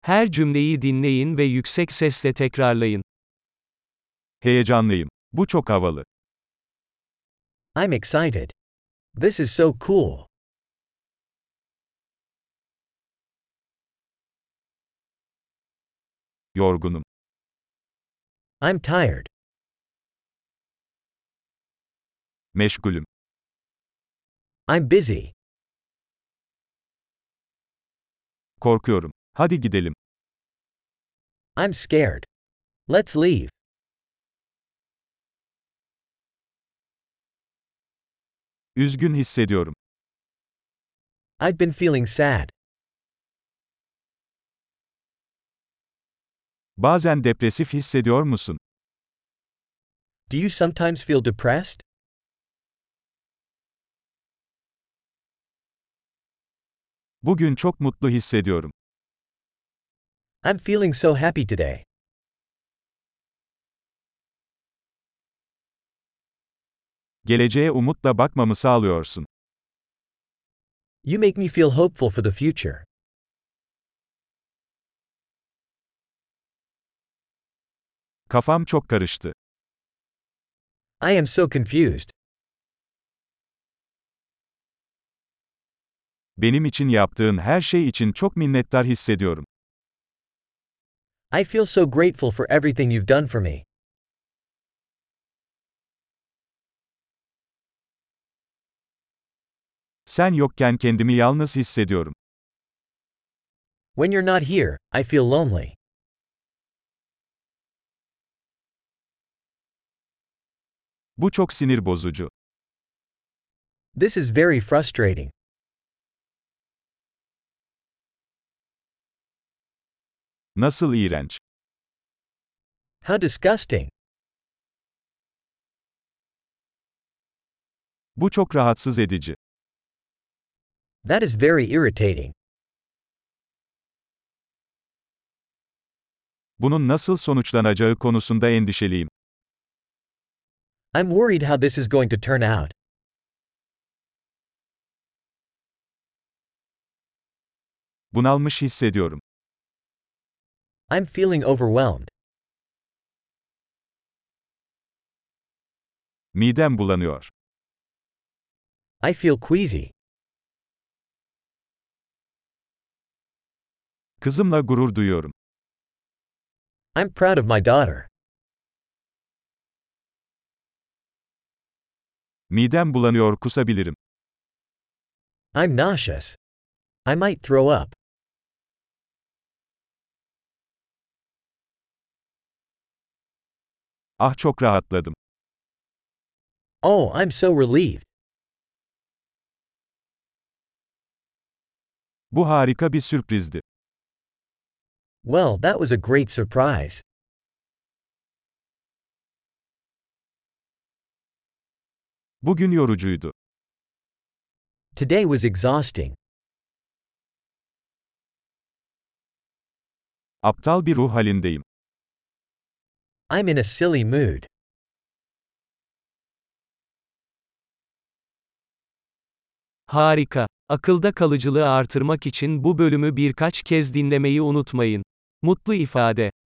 Her cümleyi dinleyin ve yüksek sesle tekrarlayın. Heyecanlıyım. Bu çok havalı. I'm excited. This is so cool. Yorgunum. I'm tired. Meşgulüm. I'm busy. Korkuyorum. Hadi gidelim. I'm scared. Let's leave. Üzgün hissediyorum. I've been feeling sad. Bazen depresif hissediyor musun? Do you sometimes feel depressed? Bugün çok mutlu hissediyorum. I'm feeling so happy today. Geleceğe umutla bakmamı sağlıyorsun. You make me feel hopeful for the future. Kafam çok karıştı. I am so confused. Benim için yaptığın her şey için çok minnettar hissediyorum. I feel so grateful for everything you've done for me. Sen yokken kendimi yalnız hissediyorum. When you're not here, I feel lonely. Bu çok sinir bozucu. This is very frustrating. Nasıl iğrenç. How disgusting. Bu çok rahatsız edici. That is very irritating. Bunun nasıl sonuçlanacağı konusunda endişeliyim. I'm worried how this is going to turn out. Bunalmış hissediyorum. I'm feeling overwhelmed. Midem bulanıyor. I feel queasy. Kızımla gurur duyuyorum. I'm proud of my daughter. Midem bulanıyor, kusabilirim. I'm nauseous. I might throw up. Ah, çok rahatladım. Oh, I'm so relieved. Bu harika bir sürprizdi. Well, that was a great surprise. Bugün yorucuydu. Today was exhausting. Aptal bir ruh halindeyim. I'm in a silly mood. Harika. Akılda kalıcılığı artırmak için bu bölümü birkaç kez dinlemeyi unutmayın. Mutlu ifade.